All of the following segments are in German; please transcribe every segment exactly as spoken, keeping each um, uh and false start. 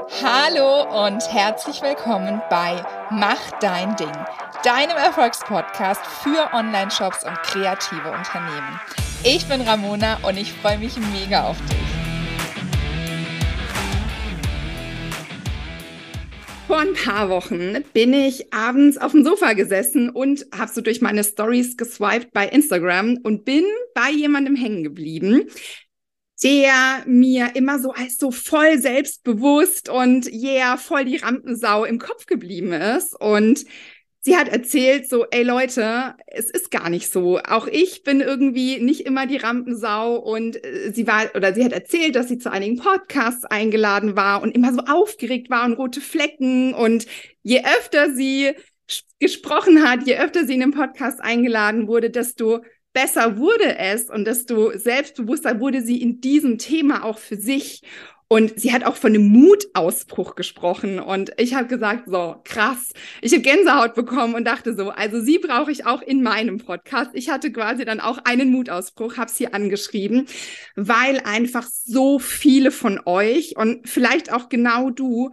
Hallo und herzlich willkommen bei Mach dein Ding, deinem Erfolgspodcast für Online-Shops und kreative Unternehmen. Ich bin Ramona und ich freue mich mega auf dich. Vor ein paar Wochen bin ich abends auf dem Sofa gesessen und habe so durch meine Stories geswiped bei Instagram und bin bei jemandem hängen geblieben, der mir immer so als so voll selbstbewusst und yeah, voll die Rampensau im Kopf geblieben ist. Und sie hat erzählt so, ey Leute, es ist gar nicht so. Auch ich bin irgendwie nicht immer die Rampensau. Und sie war, oder sie hat erzählt, dass sie zu einigen Podcasts eingeladen war und immer so aufgeregt war und rote Flecken. Und je öfter sie gesprochen hat, je öfter sie in den Podcast eingeladen wurde, desto besser wurde es und desto selbstbewusster wurde sie in diesem Thema auch für sich. Und sie hat auch von einem Mutausbruch gesprochen. Und ich habe gesagt, so krass, ich habe Gänsehaut bekommen und dachte so, also sie brauche ich auch in meinem Podcast. Ich hatte quasi dann auch einen Mutausbruch, habe sie angeschrieben, weil einfach so viele von euch und vielleicht auch genau du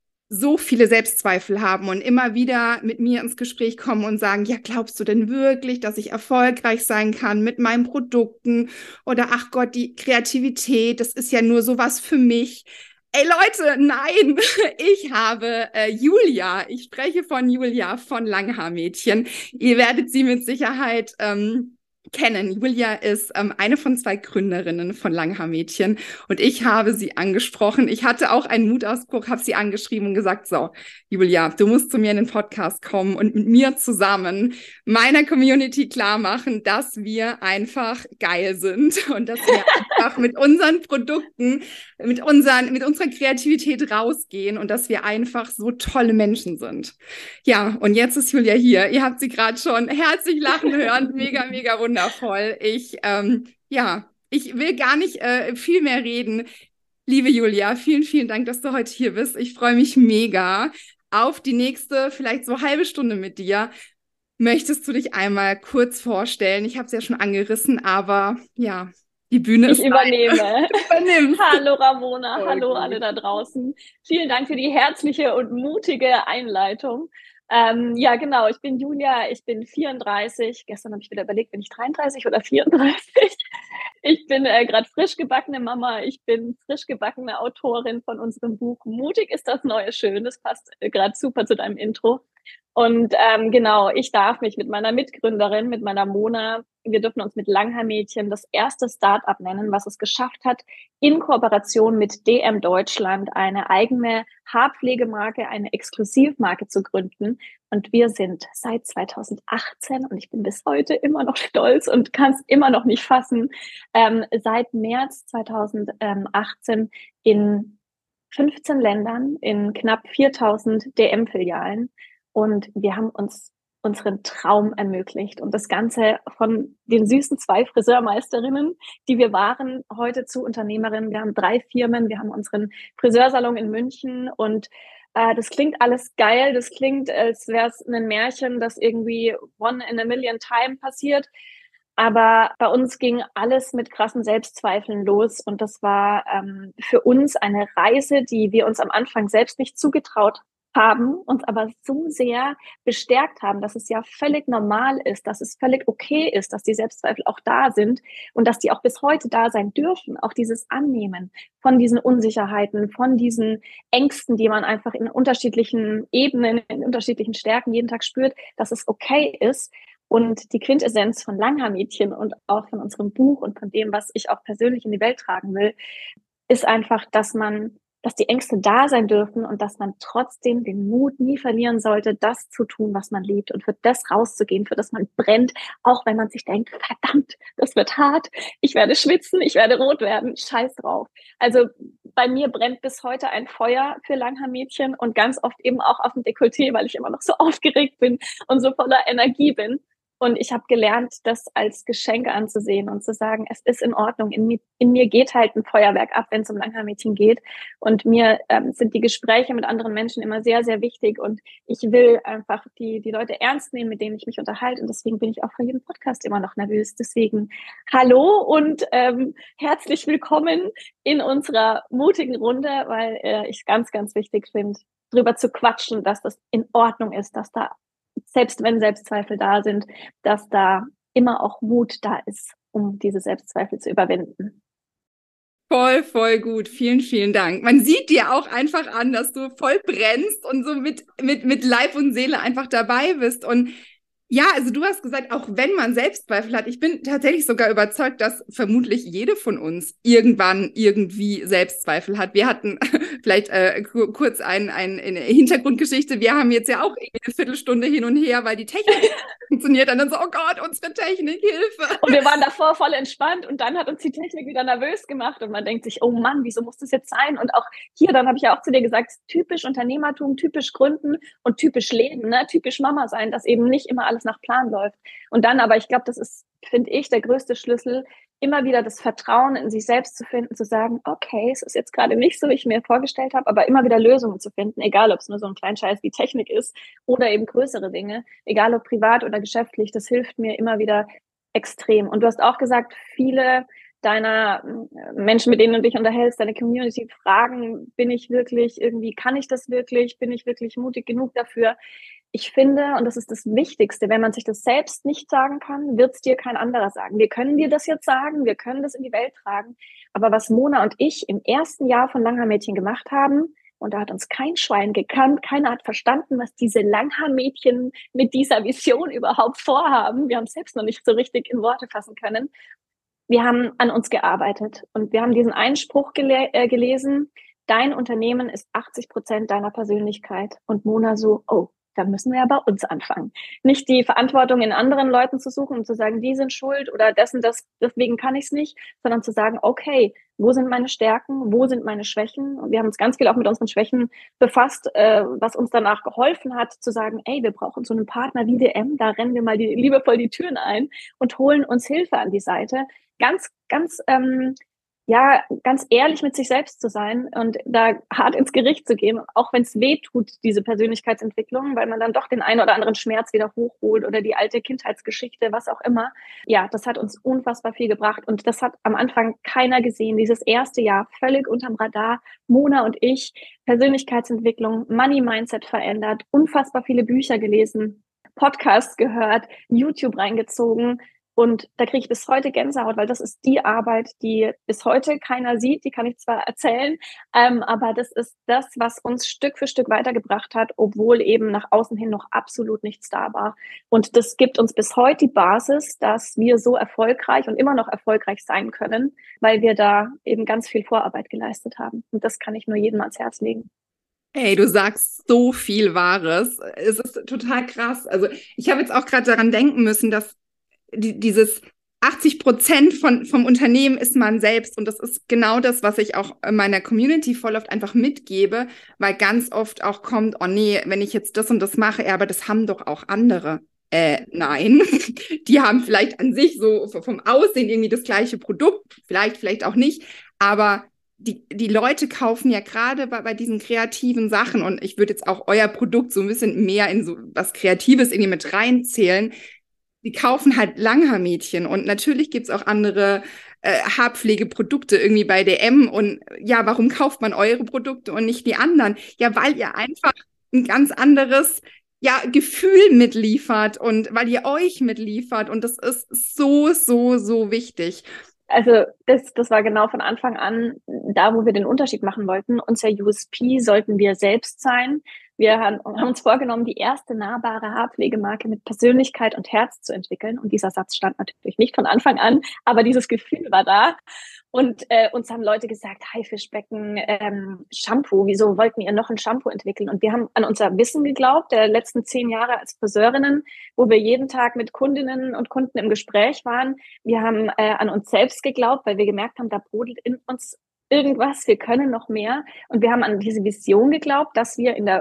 so viele Selbstzweifel haben und immer wieder mit mir ins Gespräch kommen und sagen, ja, glaubst du denn wirklich, dass ich erfolgreich sein kann mit meinen Produkten? Oder ach Gott, die Kreativität, das ist ja nur sowas für mich. Ey Leute, nein, ich habe äh, Julia, ich spreche von Julia von Langhaar-Mädchen. Ihr werdet sie mit Sicherheit ähm, kennen. Julia ist ähm, eine von zwei Gründerinnen von Langhaar-Mädchen und ich habe sie angesprochen. Ich hatte auch einen Mutausbruch, habe sie angeschrieben und gesagt, so, Julia, du musst zu mir in den Podcast kommen und mit mir zusammen meiner Community klar machen, dass wir einfach geil sind und dass wir einfach mit unseren Produkten, mit, unseren, mit unserer Kreativität rausgehen und dass wir einfach so tolle Menschen sind. Ja, und jetzt ist Julia hier. Ihr habt sie gerade schon herzlich lachen hören. Mega, mega wundervoll. Ich, ähm, ja, ich will gar nicht äh, viel mehr reden. Liebe Julia, vielen, vielen Dank, dass du heute hier bist. Ich freue mich mega auf die nächste, vielleicht so halbe Stunde mit dir. Möchtest du dich einmal kurz vorstellen? Ich habe es ja schon angerissen, aber ja, die Bühne Ich ist übernehme. deine. Hallo Ramona, Voll hallo gut. alle da draußen. Vielen Dank für die herzliche und mutige Einleitung. Ähm, ja, genau, ich bin Julia, ich bin vierunddreißig. Gestern habe ich wieder überlegt, bin ich dreiunddreißig oder vierunddreißig? Ich bin äh, gerade frisch gebackene Mama, ich bin frisch gebackene Autorin von unserem Buch Mutig ist das neue Schön. Das passt äh, gerade super zu deinem Intro. Und ähm, genau, ich darf mich mit meiner Mitgründerin, mit meiner Mona, wir dürfen uns mit Langhaar-Mädchen das erste Start-up nennen, was es geschafft hat, in Kooperation mit D M Deutschland eine eigene Haarpflegemarke, eine Exklusivmarke zu gründen. Und wir sind seit zweitausendachtzehn, und ich bin bis heute immer noch stolz und kann es immer noch nicht fassen, ähm, seit März zweitausendachtzehn in fünfzehn Ländern, in knapp viertausend D M-Filialen. Und wir haben uns unseren Traum ermöglicht. Und das Ganze von den süßen zwei Friseurmeisterinnen, die wir waren, heute zu Unternehmerinnen. Wir haben drei Firmen, wir haben unseren Friseursalon in München und äh, das klingt alles geil. Das klingt, als wäre es ein Märchen, das irgendwie one in a million time passiert. Aber bei uns ging alles mit krassen Selbstzweifeln los. Und das war ähm, für uns eine Reise, die wir uns am Anfang selbst nicht zugetraut haben, uns aber so sehr bestärkt haben, dass es ja völlig normal ist, dass es völlig okay ist, dass die Selbstzweifel auch da sind und dass die auch bis heute da sein dürfen. Auch dieses Annehmen von diesen Unsicherheiten, von diesen Ängsten, die man einfach in unterschiedlichen Ebenen, in unterschiedlichen Stärken jeden Tag spürt, dass es okay ist. Und die Quintessenz von Langhaar-Mädchen und auch von unserem Buch und von dem, was ich auch persönlich in die Welt tragen will, ist einfach, dass man dass die Ängste da sein dürfen und dass man trotzdem den Mut nie verlieren sollte, das zu tun, was man liebt und für das rauszugehen, für das man brennt, auch wenn man sich denkt, verdammt, das wird hart, ich werde schwitzen, ich werde rot werden, scheiß drauf. Also bei mir brennt bis heute ein Feuer für Langhaar-Mädchen und ganz oft eben auch auf dem Dekolleté, weil ich immer noch so aufgeregt bin und so voller Energie bin. Und ich habe gelernt, das als Geschenk anzusehen und zu sagen, es ist in Ordnung. In mir, in mir geht halt ein Feuerwerk ab, wenn es um Langhaar-Mädchen geht. Und mir ähm, sind die Gespräche mit anderen Menschen immer sehr, sehr wichtig. Und ich will einfach die, die Leute ernst nehmen, mit denen ich mich unterhalte. Und deswegen bin ich auch vor jedem Podcast immer noch nervös. Deswegen hallo und ähm, herzlich willkommen in unserer mutigen Runde, weil äh, ich es ganz, ganz wichtig finde, drüber zu quatschen, dass das in Ordnung ist, dass da selbst wenn Selbstzweifel da sind, dass da immer auch Mut da ist, um diese Selbstzweifel zu überwinden. Voll, voll gut. Vielen, vielen Dank. Man sieht dir auch einfach an, dass du voll brennst und so mit, mit, mit Leib und Seele einfach dabei bist. Und ja, also du hast gesagt, auch wenn man Selbstzweifel hat, ich bin tatsächlich sogar überzeugt, dass vermutlich jede von uns irgendwann irgendwie Selbstzweifel hat. Wir hatten vielleicht äh, kurz ein, ein, eine Hintergrundgeschichte. Wir haben jetzt ja auch irgendwie eine Viertelstunde hin und her, weil die Technik funktioniert. Und dann so, oh Gott, unsere Technik, Hilfe. Und wir waren davor voll entspannt und dann hat uns die Technik wieder nervös gemacht und man denkt sich, oh Mann, wieso muss das jetzt sein? Und auch hier, dann habe ich ja auch zu dir gesagt, typisch Unternehmertum, typisch Gründen und typisch Leben, ne? Typisch Mama sein, dass eben nicht immer alles nach Plan läuft. Und dann aber, ich glaube, das ist, finde ich, der größte Schlüssel, immer wieder das Vertrauen in sich selbst zu finden, zu sagen, okay, es ist jetzt gerade nicht so, wie ich mir vorgestellt habe, aber immer wieder Lösungen zu finden, egal ob es nur so ein kleiner Scheiß wie Technik ist oder eben größere Dinge, egal ob privat oder geschäftlich, das hilft mir immer wieder extrem. Und du hast auch gesagt, viele deiner Menschen, mit denen du dich unterhältst, deine Community fragen, bin ich wirklich irgendwie, kann ich das wirklich, bin ich wirklich mutig genug dafür? Ich finde, und das ist das Wichtigste, wenn man sich das selbst nicht sagen kann, wird es dir kein anderer sagen. Wir können dir das jetzt sagen, wir können das in die Welt tragen. Aber was Mona und ich im ersten Jahr von Langhaar-Mädchen gemacht haben, und da hat uns kein Schwein gekannt, keiner hat verstanden, was diese Langhaar-Mädchen mit dieser Vision überhaupt vorhaben. Wir haben es selbst noch nicht so richtig in Worte fassen können. Wir haben an uns gearbeitet und wir haben diesen einen Spruch gele- äh, gelesen, dein Unternehmen ist achtzig Prozent deiner Persönlichkeit. Und Mona so, oh, dann müssen wir ja bei uns anfangen. Nicht die Verantwortung in anderen Leuten zu suchen und zu sagen, die sind schuld oder dessen, das, deswegen kann ich es nicht, sondern zu sagen, okay, wo sind meine Stärken, wo sind meine Schwächen? Und wir haben uns ganz viel auch mit unseren Schwächen befasst, äh, was uns danach geholfen hat, zu sagen, ey, wir brauchen so einen Partner wie D M, da rennen wir mal die, liebevoll die Türen ein und holen uns Hilfe an die Seite. Ganz, ganz ähm, ja, ganz ehrlich mit sich selbst zu sein und da hart ins Gericht zu gehen, auch wenn es weh tut, diese Persönlichkeitsentwicklung, weil man dann doch den einen oder anderen Schmerz wieder hochholt oder die alte Kindheitsgeschichte, was auch immer. Ja, das hat uns unfassbar viel gebracht und das hat am Anfang keiner gesehen. Dieses erste Jahr völlig unterm Radar, Mona und ich, Persönlichkeitsentwicklung, Money Mindset verändert, unfassbar viele Bücher gelesen, Podcasts gehört, YouTube reingezogen. Und da kriege ich bis heute Gänsehaut, weil das ist die Arbeit, die bis heute keiner sieht, die kann ich zwar erzählen, ähm, aber das ist das, was uns Stück für Stück weitergebracht hat, obwohl eben nach außen hin noch absolut nichts da war. Und das gibt uns bis heute die Basis, dass wir so erfolgreich und immer noch erfolgreich sein können, weil wir da eben ganz viel Vorarbeit geleistet haben. Und das kann ich nur jedem ans Herz legen. Hey, du sagst so viel Wahres. Es ist total krass. Also ich habe jetzt auch gerade daran denken müssen, dass die, dieses achtzig Prozent von, vom Unternehmen ist man selbst. Und das ist genau das, was ich auch meiner Community voll oft einfach mitgebe, weil ganz oft auch kommt, oh nee, wenn ich jetzt das und das mache, ja, aber das haben doch auch andere. Äh, nein, die haben vielleicht an sich so vom Aussehen irgendwie das gleiche Produkt, vielleicht, vielleicht auch nicht, aber die, die Leute kaufen ja gerade bei, bei diesen kreativen Sachen und ich würde jetzt auch euer Produkt so ein bisschen mehr in so was Kreatives irgendwie mit reinzählen. Die kaufen halt Langhaar-Mädchen und natürlich gibt es auch andere äh, Haarpflegeprodukte irgendwie bei D M und ja, warum kauft man eure Produkte und nicht die anderen? Ja, weil ihr einfach ein ganz anderes ja, Gefühl mitliefert und weil ihr euch mitliefert und das ist so, so, so wichtig. Also das, das war genau von Anfang an da, wo wir den Unterschied machen wollten. Unser U S P sollten wir selbst sein. Wir haben, haben uns vorgenommen, die erste nahbare Haarpflegemarke mit Persönlichkeit und Herz zu entwickeln. Und dieser Satz stand natürlich nicht von Anfang an, aber dieses Gefühl war da. Und äh, uns haben Leute gesagt, Haifischbecken, ähm, Shampoo, wieso wollten ihr noch ein Shampoo entwickeln? Und wir haben an unser Wissen geglaubt, der letzten zehn Jahre als Friseurinnen, wo wir jeden Tag mit Kundinnen und Kunden im Gespräch waren. Wir haben äh, an uns selbst geglaubt, weil wir gemerkt haben, da brodelt in uns irgendwas, wir können noch mehr. Und wir haben an diese Vision geglaubt, dass wir in der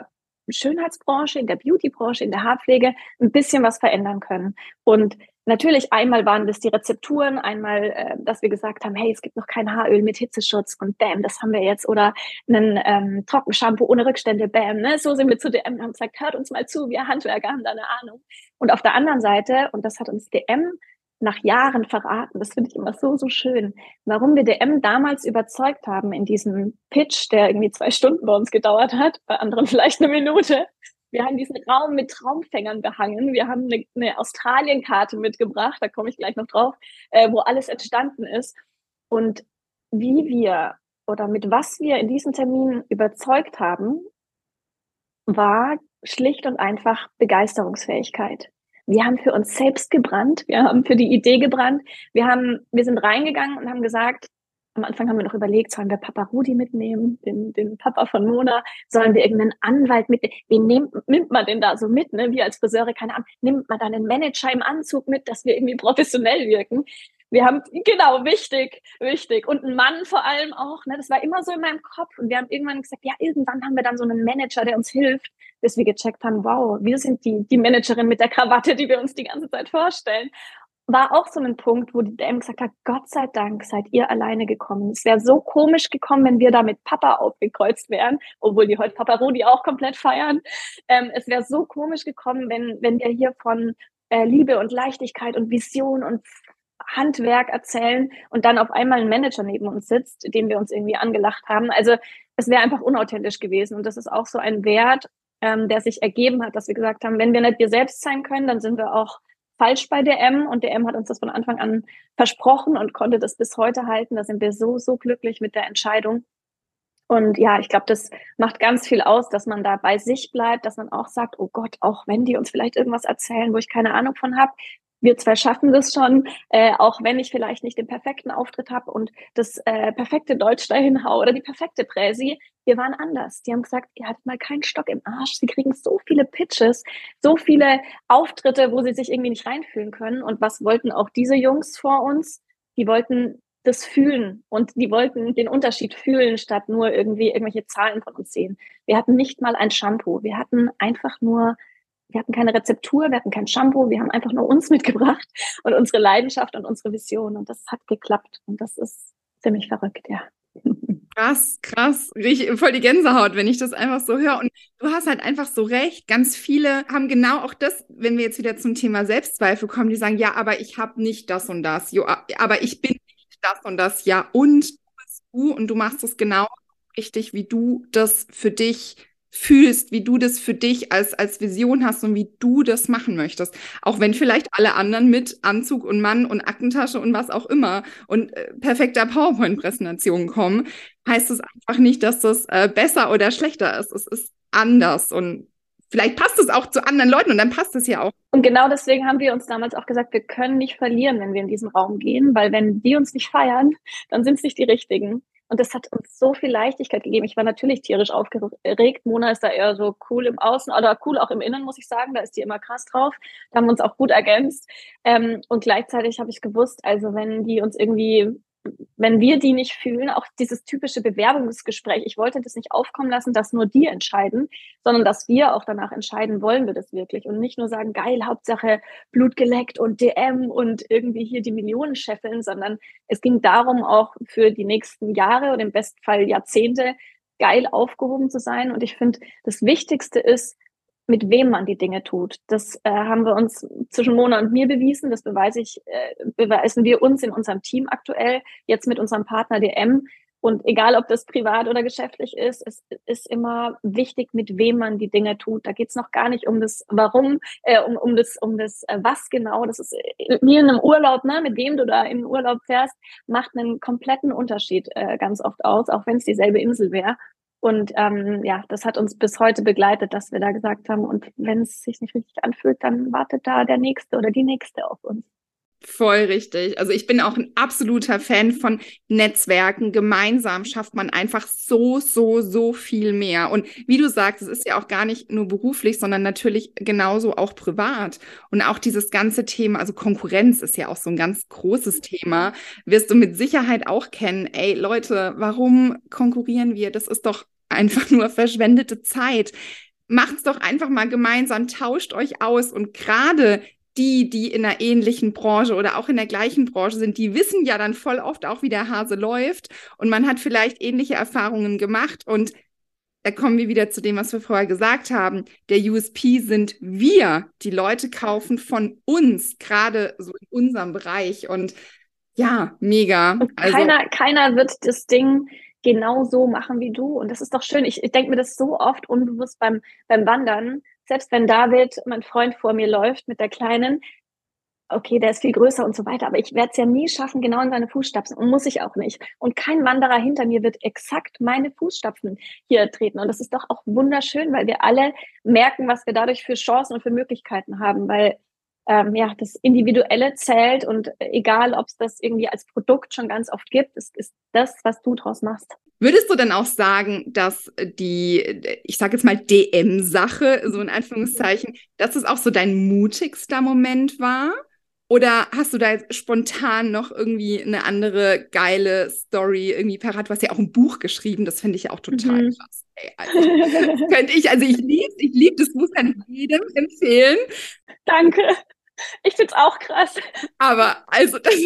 Schönheitsbranche, in der Beautybranche, in der Haarpflege ein bisschen was verändern können. Und natürlich einmal waren das die Rezepturen, einmal, äh, dass wir gesagt haben, hey, es gibt noch kein Haaröl mit Hitzeschutz und bam, das haben wir jetzt. Oder einen ähm, Trockenshampoo ohne Rückstände, bam. Ne? So sind wir zu D M und haben gesagt, hört uns mal zu, wir Handwerker haben da eine Ahnung. Und auf der anderen Seite, und das hat uns D M nach Jahren verraten, das finde ich immer so, so schön, warum wir D M damals überzeugt haben in diesem Pitch, der irgendwie zwei Stunden bei uns gedauert hat, bei anderen vielleicht eine Minute. Wir haben diesen Raum mit Traumfängern behangen. Wir haben eine, eine Australienkarte mitgebracht, da komme ich gleich noch drauf, äh, wo alles entstanden ist. Und wie wir oder mit was wir in diesem Termin überzeugt haben, war schlicht und einfach Begeisterungsfähigkeit. Wir haben für uns selbst gebrannt, wir haben für die Idee gebrannt, wir haben, wir sind reingegangen und haben gesagt, am Anfang haben wir noch überlegt, sollen wir Papa Rudi mitnehmen, den, den Papa von Mona, sollen wir irgendeinen Anwalt mitnehmen, wen nimmt, nimmt man denn da so mit, ne? Wir als Friseure, keine Ahnung, nimmt man dann einen Manager im Anzug mit, dass wir irgendwie professionell wirken. Wir haben, genau, wichtig, wichtig. Und ein Mann vor allem auch, ne? Das war immer so in meinem Kopf. Und wir haben irgendwann gesagt, ja, irgendwann haben wir dann so einen Manager, der uns hilft, bis wir gecheckt haben, wow, wir sind die, die Managerin mit der Krawatte, die wir uns die ganze Zeit vorstellen. War auch so ein Punkt, wo die D M gesagt hat, Gott sei Dank seid ihr alleine gekommen. Es wäre so komisch gekommen, wenn wir da mit Papa aufgekreuzt wären, obwohl die heute Papa Rudi auch komplett feiern. Ähm, es wäre so komisch gekommen, wenn, wenn wir hier von äh, Liebe und Leichtigkeit und Vision und Handwerk erzählen und dann auf einmal ein Manager neben uns sitzt, den wir uns irgendwie angelacht haben. Also es wäre einfach unauthentisch gewesen. Und das ist auch so ein Wert, ähm, der sich ergeben hat, dass wir gesagt haben, wenn wir nicht wir selbst sein können, dann sind wir auch falsch bei D M. Und D M hat uns das von Anfang an versprochen und konnte das bis heute halten. Da sind wir so, so glücklich mit der Entscheidung. Und ja, ich glaube, das macht ganz viel aus, dass man da bei sich bleibt, dass man auch sagt, oh Gott, auch wenn die uns vielleicht irgendwas erzählen, wo ich keine Ahnung von habe, wir zwei schaffen das schon, äh, auch wenn ich vielleicht nicht den perfekten Auftritt habe und das äh, perfekte Deutsch dahin hau oder die perfekte Präsi. Wir waren anders. Die haben gesagt, ihr hattet mal keinen Stock im Arsch. Sie kriegen so viele Pitches, so viele Auftritte, wo sie sich irgendwie nicht reinfühlen können. Und was wollten auch diese Jungs vor uns? Die wollten das fühlen und die wollten den Unterschied fühlen, statt nur irgendwie irgendwelche Zahlen von uns sehen. Wir hatten nicht mal ein Shampoo. Wir hatten einfach nur Wir hatten keine Rezeptur, wir hatten kein Shampoo, wir haben einfach nur uns mitgebracht und unsere Leidenschaft und unsere Vision. Und das hat geklappt. Und das ist ziemlich verrückt, ja. Krass, krass. Richtig, voll die Gänsehaut, wenn ich das einfach so höre. Und du hast halt einfach so recht. Ganz viele haben genau auch das, wenn wir jetzt wieder zum Thema Selbstzweifel kommen, die sagen, ja, aber ich habe nicht das und das. Jo, aber ich bin nicht das und das. Ja, und du bist du und du machst es genau richtig, wie du das für dich fühlst, wie du das für dich als, als Vision hast und wie du das machen möchtest. Auch wenn vielleicht alle anderen mit Anzug und Mann und Aktentasche und was auch immer und äh, perfekter PowerPoint-Präsentation kommen, heißt es einfach nicht, dass das äh, besser oder schlechter ist. Es ist anders und vielleicht passt es auch zu anderen Leuten und dann passt es ja auch. Und genau deswegen haben wir uns damals auch gesagt, wir können nicht verlieren, wenn wir in diesem Raum gehen, weil wenn die uns nicht feiern, dann sind es nicht die Richtigen. Und das hat uns so viel Leichtigkeit gegeben. Ich war natürlich tierisch aufgeregt. Mona ist da eher so cool im Außen oder cool auch im Innen, muss ich sagen. Da ist die immer krass drauf. Da haben wir uns auch gut ergänzt. Ähm, und gleichzeitig habe ich gewusst, also wenn die uns irgendwie, wenn wir die nicht fühlen, auch dieses typische Bewerbungsgespräch, ich wollte das nicht aufkommen lassen, dass nur die entscheiden, sondern dass wir auch danach entscheiden, wollen wir das wirklich und nicht nur sagen, geil, Hauptsache Blut geleckt und D M und irgendwie hier die Millionen scheffeln, sondern es ging darum, auch für die nächsten Jahre oder im besten Fall Jahrzehnte geil aufgehoben zu sein. Und ich finde, das Wichtigste ist, mit wem man die Dinge tut. Das äh, haben wir uns zwischen Mona und mir bewiesen. Das beweise ich, äh, beweisen wir uns in unserem Team aktuell, jetzt mit unserem Partner D M. Und egal, ob das privat oder geschäftlich ist, es ist immer wichtig, mit wem man die Dinge tut. Da geht es noch gar nicht um das Warum, äh, um, um das, um das äh, Was genau. Das ist wie in einem Urlaub, ne? Mit wem du da in den Urlaub fährst, macht einen kompletten Unterschied äh, ganz oft aus, auch wenn es dieselbe Insel wäre. Und ähm, ja, das hat uns bis heute begleitet, dass wir da gesagt haben, und wenn es sich nicht richtig anfühlt, dann wartet da der Nächste oder die Nächste auf uns. Voll richtig. Also ich bin auch ein absoluter Fan von Netzwerken. Gemeinsam schafft man einfach so, so, so viel mehr. Und wie du sagst, es ist ja auch gar nicht nur beruflich, sondern natürlich genauso auch privat. Und auch dieses ganze Thema, also Konkurrenz ist ja auch so ein ganz großes Thema, wirst du mit Sicherheit auch kennen. Ey, Leute, warum konkurrieren wir? Das ist doch einfach nur verschwendete Zeit. macht's doch einfach mal gemeinsam, tauscht euch aus. Und gerade die, die in einer ähnlichen Branche oder auch in der gleichen Branche sind, die wissen ja dann voll oft auch, wie der Hase läuft. Und man hat vielleicht ähnliche Erfahrungen gemacht. Und da kommen wir wieder zu dem, was wir vorher gesagt haben. Der U S P sind wir. Die Leute kaufen von uns, gerade so in unserem Bereich. Und ja, mega. Und Also, keiner, keiner wird das Ding genau so machen wie du. Und das ist doch schön. Ich, ich denke mir das so oft unbewusst beim, beim Wandern. Selbst wenn David, mein Freund, vor mir läuft mit der Kleinen, okay, der ist viel größer und so weiter, aber ich werde es ja nie schaffen, genau in seine Fußstapfen, und muss ich auch nicht. Und kein Wanderer hinter mir wird exakt meine Fußstapfen hier treten. Und das ist doch auch wunderschön, weil wir alle merken, was wir dadurch für Chancen und für Möglichkeiten haben, weil ähm, ja, das Individuelle zählt, und egal, ob es das irgendwie als Produkt schon ganz oft gibt, es ist das, was du draus machst. würdest du denn auch sagen, dass die, ich sage jetzt mal D M-Sache, so in Anführungszeichen, dass es auch so dein mutigster Moment war? Oder hast du da jetzt spontan noch irgendwie eine andere geile Story irgendwie parat? Du hast ja auch ein Buch geschrieben, das finde ich ja auch total Mhm. krass. Ey, also, könnte ich, also ich liebe ich lieb das Buch, kann ich jedem empfehlen. Danke. Ich finde es auch krass. Aber also das,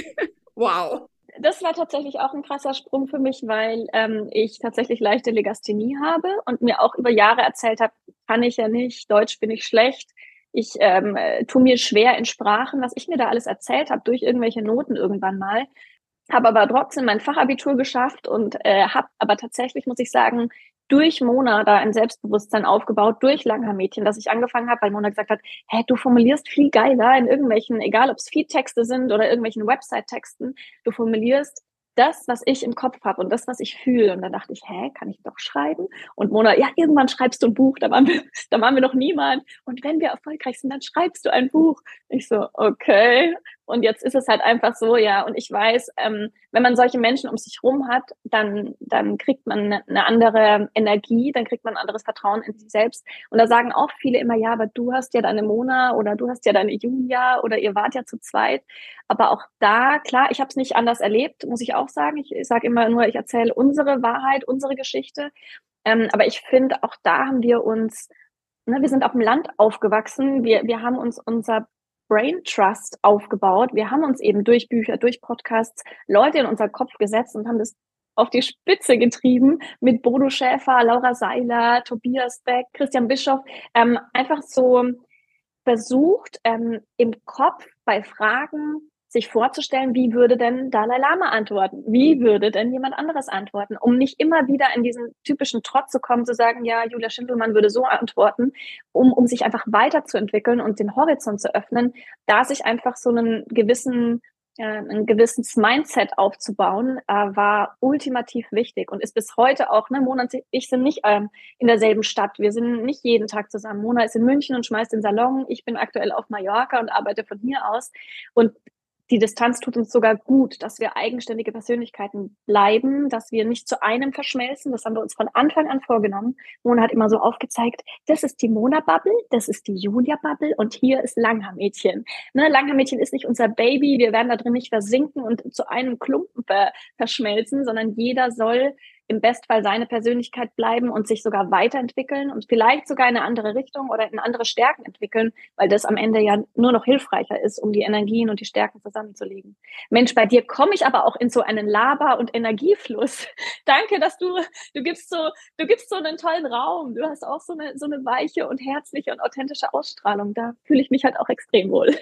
wow. Das war tatsächlich auch ein krasser Sprung für mich, weil ähm, ich tatsächlich leichte Legasthenie habe und mir auch über Jahre erzählt habe, kann ich ja nicht, Deutsch bin ich schlecht, ich ähm, tue mir schwer in Sprachen, was ich mir da alles erzählt habe durch irgendwelche Noten irgendwann mal. Habe aber trotzdem mein Fachabitur geschafft und äh, habe aber tatsächlich, muss ich sagen, durch Mona da ein Selbstbewusstsein aufgebaut, durch Langhaar-Mädchen, dass ich angefangen habe, weil Mona gesagt hat, hä, du formulierst viel geiler in irgendwelchen, egal ob es Feed-Texte sind oder irgendwelchen Website-Texten, du formulierst das, was ich im Kopf habe und das, was ich fühle. Und dann dachte ich, hä, kann ich doch schreiben? Und Mona, ja, irgendwann schreibst du ein Buch, da waren wir, da waren wir noch niemand. Und wenn wir erfolgreich sind, dann schreibst du ein Buch. Ich so, okay. Und jetzt ist es halt einfach so, ja. Und ich weiß, ähm, wenn man solche Menschen um sich rum hat, dann, dann kriegt man eine andere Energie, dann kriegt man ein anderes Vertrauen in sich selbst. Und da sagen auch viele immer, ja, aber du hast ja deine Mona oder du hast ja deine Julia oder ihr wart ja zu zweit. Aber auch da, klar, ich habe es nicht anders erlebt, muss ich auch sagen. Ich, ich sage immer nur, ich erzähle unsere Wahrheit, unsere Geschichte. Ähm, aber ich finde, auch da haben wir uns, ne, wir sind auf dem Land aufgewachsen. Wir, wir haben uns unser Brain Trust aufgebaut. Wir haben uns eben durch Bücher, durch Podcasts Leute in unseren Kopf gesetzt und haben das auf die Spitze getrieben mit Bodo Schäfer, Laura Seiler, Tobias Beck, Christian Bischoff. Ähm, einfach so versucht, ähm, im Kopf bei Fragen sich vorzustellen, wie würde denn Dalai Lama antworten? Wie würde denn jemand anderes antworten? Um nicht immer wieder in diesen typischen Trott zu kommen, zu sagen, ja, Julia Schindelmann würde so antworten, um, um sich einfach weiterzuentwickeln und den Horizont zu öffnen, da sich einfach so einen gewissen äh, ein gewisses Mindset aufzubauen, äh, war ultimativ wichtig und ist bis heute auch, ne, Mona und ich sind nicht ähm, in derselben Stadt, wir sind nicht jeden Tag zusammen. Mona ist in München und schmeißt den Salon, ich bin aktuell auf Mallorca und arbeite von hier aus, und die Distanz tut uns sogar gut, dass wir eigenständige Persönlichkeiten bleiben, dass wir nicht zu einem verschmelzen. Das haben wir uns von Anfang an vorgenommen. Mona hat immer so aufgezeigt, das ist die Mona-Bubble, das ist die Julia-Bubble und hier ist Langhaar-Mädchen. Ne, Langhaar-Mädchen ist nicht unser Baby, wir werden da drin nicht versinken und zu einem Klumpen ver verschmelzen, sondern jeder soll im Bestfall seine Persönlichkeit bleiben und sich sogar weiterentwickeln und vielleicht sogar in eine andere Richtung oder in andere Stärken entwickeln, weil das am Ende ja nur noch hilfreicher ist, um die Energien und die Stärken zusammenzulegen. Mensch, bei dir komme ich aber auch in so einen Laber- und Energiefluss. Danke, dass du, du gibst so, du gibst so einen tollen Raum. Du hast auch so eine, so eine weiche und herzliche und authentische Ausstrahlung. Da fühle ich mich halt auch extrem wohl.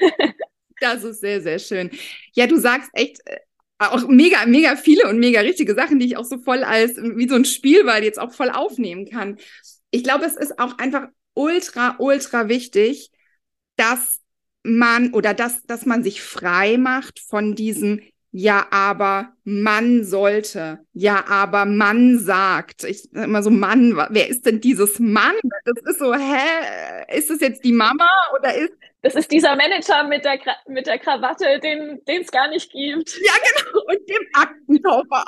Das ist sehr, sehr schön. Ja, du sagst echt auch mega, mega viele und mega richtige Sachen, die ich auch so voll als, wie so ein Spielball jetzt auch voll aufnehmen kann. Ich glaube, es ist auch einfach ultra, ultra wichtig, dass man oder dass, dass man sich frei macht von diesem ja, aber man sollte, ja, aber man sagt. Ich sag immer so, Mann, wer ist denn dieses Mann? Das ist so, hä, ist das jetzt die Mama oder ist das ist dieser Manager mit der, mit der Krawatte, den es gar nicht gibt. Ja, genau, und dem Aktenkoffer.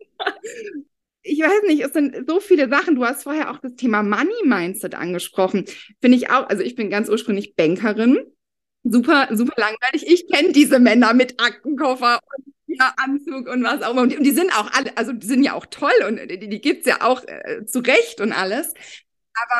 Ich weiß nicht, es sind so viele Sachen. Du hast vorher auch das Thema Money Mindset angesprochen. Finde ich auch, also ich bin ganz ursprünglich Bankerin. Super, super langweilig. Ich kenne diese Männer mit Aktenkoffer und ja, Anzug und was auch immer. Und die, und die sind auch alle, also die sind ja auch toll und die, die gibt es ja auch äh, zu Recht und alles. Aber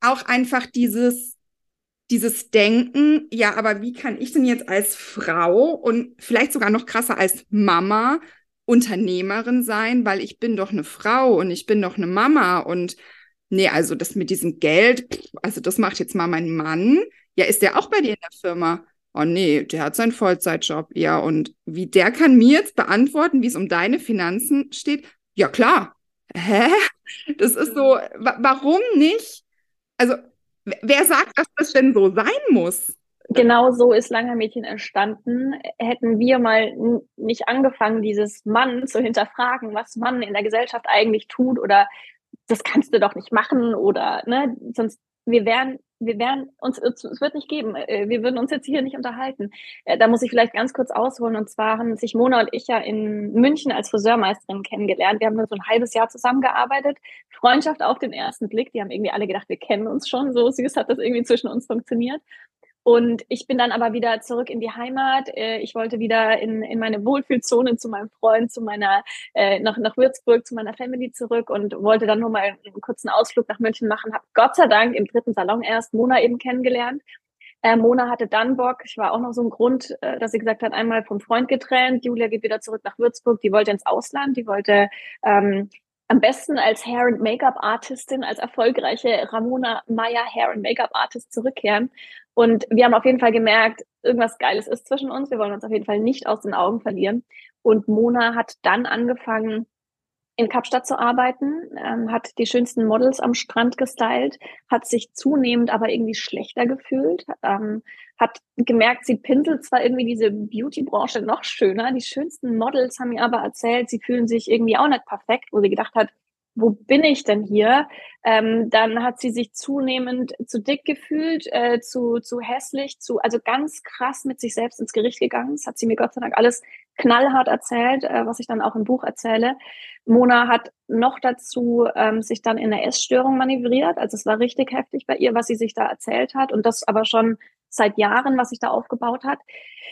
auch einfach dieses, dieses Denken, ja, aber wie kann ich denn jetzt als Frau und vielleicht sogar noch krasser als Mama Unternehmerin sein, weil ich bin doch eine Frau und ich bin doch eine Mama und nee, also das mit diesem Geld, pff, also das macht jetzt mal mein Mann. Ja, ist der auch bei dir in der Firma? Oh nee, der hat seinen Vollzeitjob. Ja, und wie der kann mir jetzt beantworten, wie es um deine Finanzen steht? Ja, klar. Hä? Das ist so, wa warum nicht? Also, w- wer sagt, dass das denn so sein muss? Genau so ist Langermädchen entstanden. Hätten wir mal n- nicht angefangen, dieses Mann zu hinterfragen, was Mann in der Gesellschaft eigentlich tut oder das kannst du doch nicht machen oder ne, sonst wir wären wir wären uns es wird nicht geben. Äh, Wir würden uns jetzt hier nicht unterhalten. Äh, Da muss ich vielleicht ganz kurz ausholen. Und zwar haben sich Mona und ich ja in München als Friseurmeisterin kennengelernt. Wir haben nur so ein halbes Jahr zusammengearbeitet. Freundschaft auf den ersten Blick. Die haben irgendwie alle gedacht, wir kennen uns schon. So süß hat das irgendwie zwischen uns funktioniert. Und ich bin dann aber wieder zurück in die Heimat. Äh, Ich wollte wieder in, in meine Wohlfühlzone zu meinem Freund, zu meiner, äh, nach, nach Würzburg, zu meiner Family zurück und wollte dann nur mal einen kurzen Ausflug nach München machen. Habe Gott sei Dank im dritten Salon erst Mona eben kennengelernt. Äh, Mona hatte dann Bock. Ich war auch noch so ein Grund, äh, dass sie gesagt hat, einmal vom Freund getrennt. Julia geht wieder zurück nach Würzburg. Die wollte ins Ausland. Die wollte ähm, am besten als Hair- and Make-up-Artistin, als erfolgreiche Ramona Meyer Hair- and Make-up-Artist zurückkehren. Und wir haben auf jeden Fall gemerkt, irgendwas Geiles ist zwischen uns. Wir wollen uns auf jeden Fall nicht aus den Augen verlieren. Und Mona hat dann angefangen, in Kapstadt zu arbeiten, ähm, hat die schönsten Models am Strand gestylt, hat sich zunehmend aber irgendwie schlechter gefühlt, ähm, hat gemerkt, sie pinselt zwar irgendwie diese Beauty-Branche noch schöner, die schönsten Models haben ihr aber erzählt, sie fühlen sich irgendwie auch nicht perfekt, wo sie gedacht hat, wo bin ich denn hier? Ähm, dann hat sie sich zunehmend zu dick gefühlt, äh, zu, zu hässlich, zu, also ganz krass mit sich selbst ins Gericht gegangen. Das hat sie mir Gott sei Dank alles knallhart erzählt, äh, was ich dann auch im Buch erzähle. Mona hat noch dazu ähm, sich dann in eine Essstörung manövriert. Also es war richtig heftig bei ihr, was sie sich da erzählt hat. Und das aber schon seit Jahren, was sich da aufgebaut hat.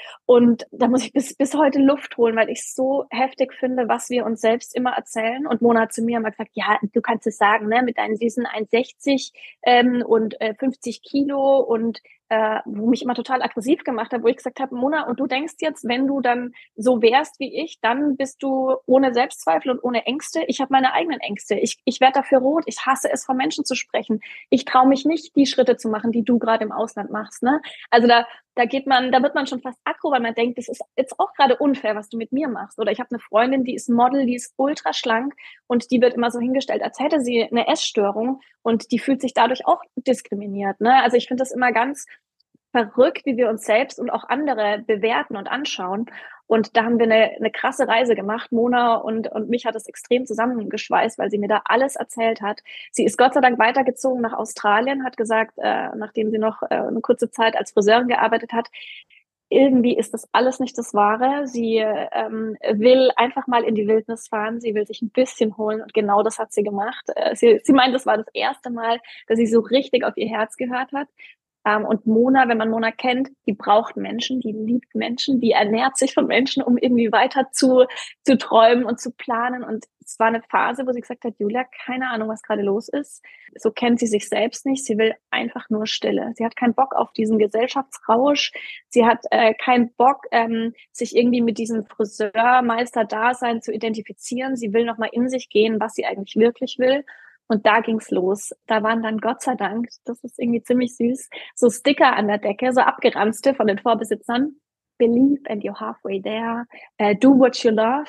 Und da muss ich bis, bis heute Luft holen, weil ich so heftig finde, was wir uns selbst immer erzählen. Und Mona hat zu mir immer gesagt, ja, du kannst es sagen, ne, mit deinen süßen eins Komma sechzig ähm, und äh, fünfzig Kilo und äh, wo mich immer total aggressiv gemacht hat, wo ich gesagt habe, Mona, und du denkst jetzt, wenn du dann so wärst wie ich, dann bist du ohne Selbstzweifel und ohne Ängste. Ich habe meine eigenen Ängste. Ich, ich werde dafür rot. Ich hasse es, von Menschen zu sprechen. Ich traue mich nicht, die Schritte zu machen, die du gerade im Ausland machst. Ne? Also da, da geht man, da wird man schon fast aggro, weil man denkt, das ist jetzt auch gerade unfair, was du mit mir machst. Oder ich habe eine Freundin, die ist Model, die ist ultra schlank und die wird immer so hingestellt, als hätte sie eine Essstörung und die fühlt sich dadurch auch diskriminiert. Ne? Also ich finde das immer ganz verrückt, wie wir uns selbst und auch andere bewerten und anschauen. Und da haben wir eine, eine krasse Reise gemacht. Mona und, und mich hat es extrem zusammengeschweißt, weil sie mir da alles erzählt hat. Sie ist Gott sei Dank weitergezogen nach Australien, hat gesagt, äh, nachdem sie noch äh, eine kurze Zeit als Friseurin gearbeitet hat, irgendwie ist das alles nicht das Wahre. Sie ähm, will einfach mal in die Wildnis fahren. Sie will sich ein bisschen holen und genau das hat sie gemacht. Äh, sie, sie meint, das war das erste Mal, dass sie so richtig auf ihr Herz gehört hat. Ähm, und Mona, wenn man Mona kennt, die braucht Menschen, die liebt Menschen, die ernährt sich von Menschen, um irgendwie weiter zu, zu träumen und zu planen. Und es war eine Phase, wo sie gesagt hat, Julia, keine Ahnung, was gerade los ist. So kennt sie sich selbst nicht. Sie will einfach nur Stille. Sie hat keinen Bock auf diesen Gesellschaftsrausch. Sie hat äh, keinen Bock, ähm, sich irgendwie mit diesem Friseurmeister-Dasein zu identifizieren. Sie will nochmal in sich gehen, was sie eigentlich wirklich will. Und da ging's los. Da waren dann Gott sei Dank, das ist irgendwie ziemlich süß, so Sticker an der Decke, so abgeranzte von den Vorbesitzern. Believe and you're halfway there. Uh, do what you love.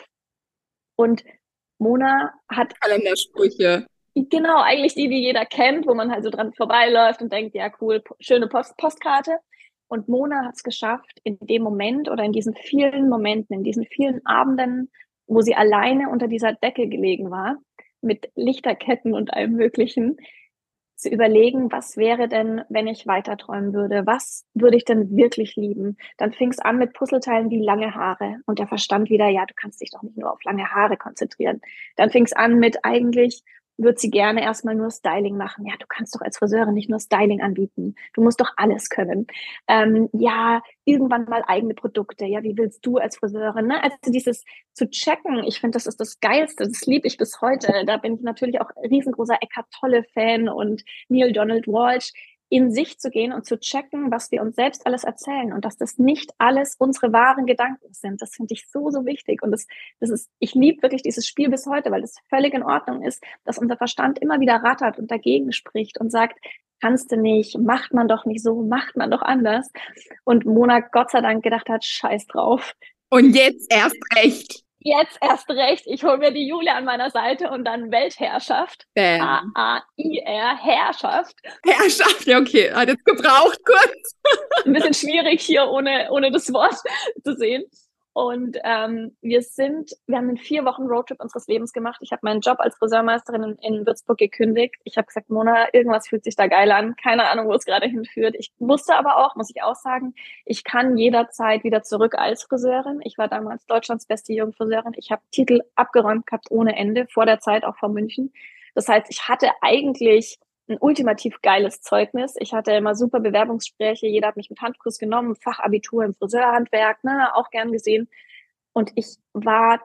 Und Mona hat Kalendersprüche. genau eigentlich die, die jeder kennt, wo man halt so dran vorbeiläuft und denkt, ja cool, schöne Post Postkarte. Und Mona hat es geschafft, in dem Moment oder in diesen vielen Momenten, in diesen vielen Abenden, wo sie alleine unter dieser Decke gelegen war, mit Lichterketten und allem Möglichen, zu überlegen, was wäre denn, wenn ich weiter träumen würde? Was würde ich denn wirklich lieben? Dann fing es an mit Puzzleteilen wie lange Haare und der Verstand wieder, ja, du kannst dich doch nicht nur auf lange Haare konzentrieren. Dann fing es an mit eigentlich würde sie gerne erstmal nur Styling machen. Ja, du kannst doch als Friseurin nicht nur Styling anbieten. Du musst doch alles können. Ähm, ja, irgendwann mal eigene Produkte. Ja, wie willst du als Friseurin? Ne? Also dieses zu checken, ich finde, das ist das Geilste. Das liebe ich bis heute. Da bin ich natürlich auch riesengroßer Eckhart Tolle-Fan und Neil Donald Walsh, in sich zu gehen und zu checken, was wir uns selbst alles erzählen und dass das nicht alles unsere wahren Gedanken sind. Das finde ich so, so wichtig. Und das, das ist, ich liebe wirklich dieses Spiel bis heute, weil es völlig in Ordnung ist, dass unser Verstand immer wieder rattert und dagegen spricht und sagt, kannst du nicht, macht man doch nicht so, macht man doch anders. Und Mona Gott sei Dank gedacht hat, scheiß drauf. Und jetzt erst recht. Jetzt erst recht. Ich hole mir die Julia an meiner Seite und dann Weltherrschaft. H A I R, Herrschaft. Herrschaft, ja, okay. Hat jetzt gebraucht kurz. Ein bisschen schwierig hier ohne, ohne das Wort zu sehen. Und ähm, wir sind, wir haben einen vier Wochen Roadtrip unseres Lebens gemacht. Ich habe meinen Job als Friseurmeisterin in, in Würzburg gekündigt. Ich habe gesagt, Mona, irgendwas fühlt sich da geil an. Keine Ahnung, wo es gerade hinführt. Ich wusste aber auch, muss ich auch sagen, ich kann jederzeit wieder zurück als Friseurin. Ich war damals Deutschlands beste Jungfriseurin. Ich habe Titel abgeräumt gehabt ohne Ende, vor der Zeit auch vor München. Das heißt, ich hatte eigentlich ein ultimativ geiles Zeugnis. Ich hatte immer super Bewerbungsgespräche. Jeder hat mich mit Handkurs genommen, Fachabitur im Friseurhandwerk, ne, auch gern gesehen. Und ich war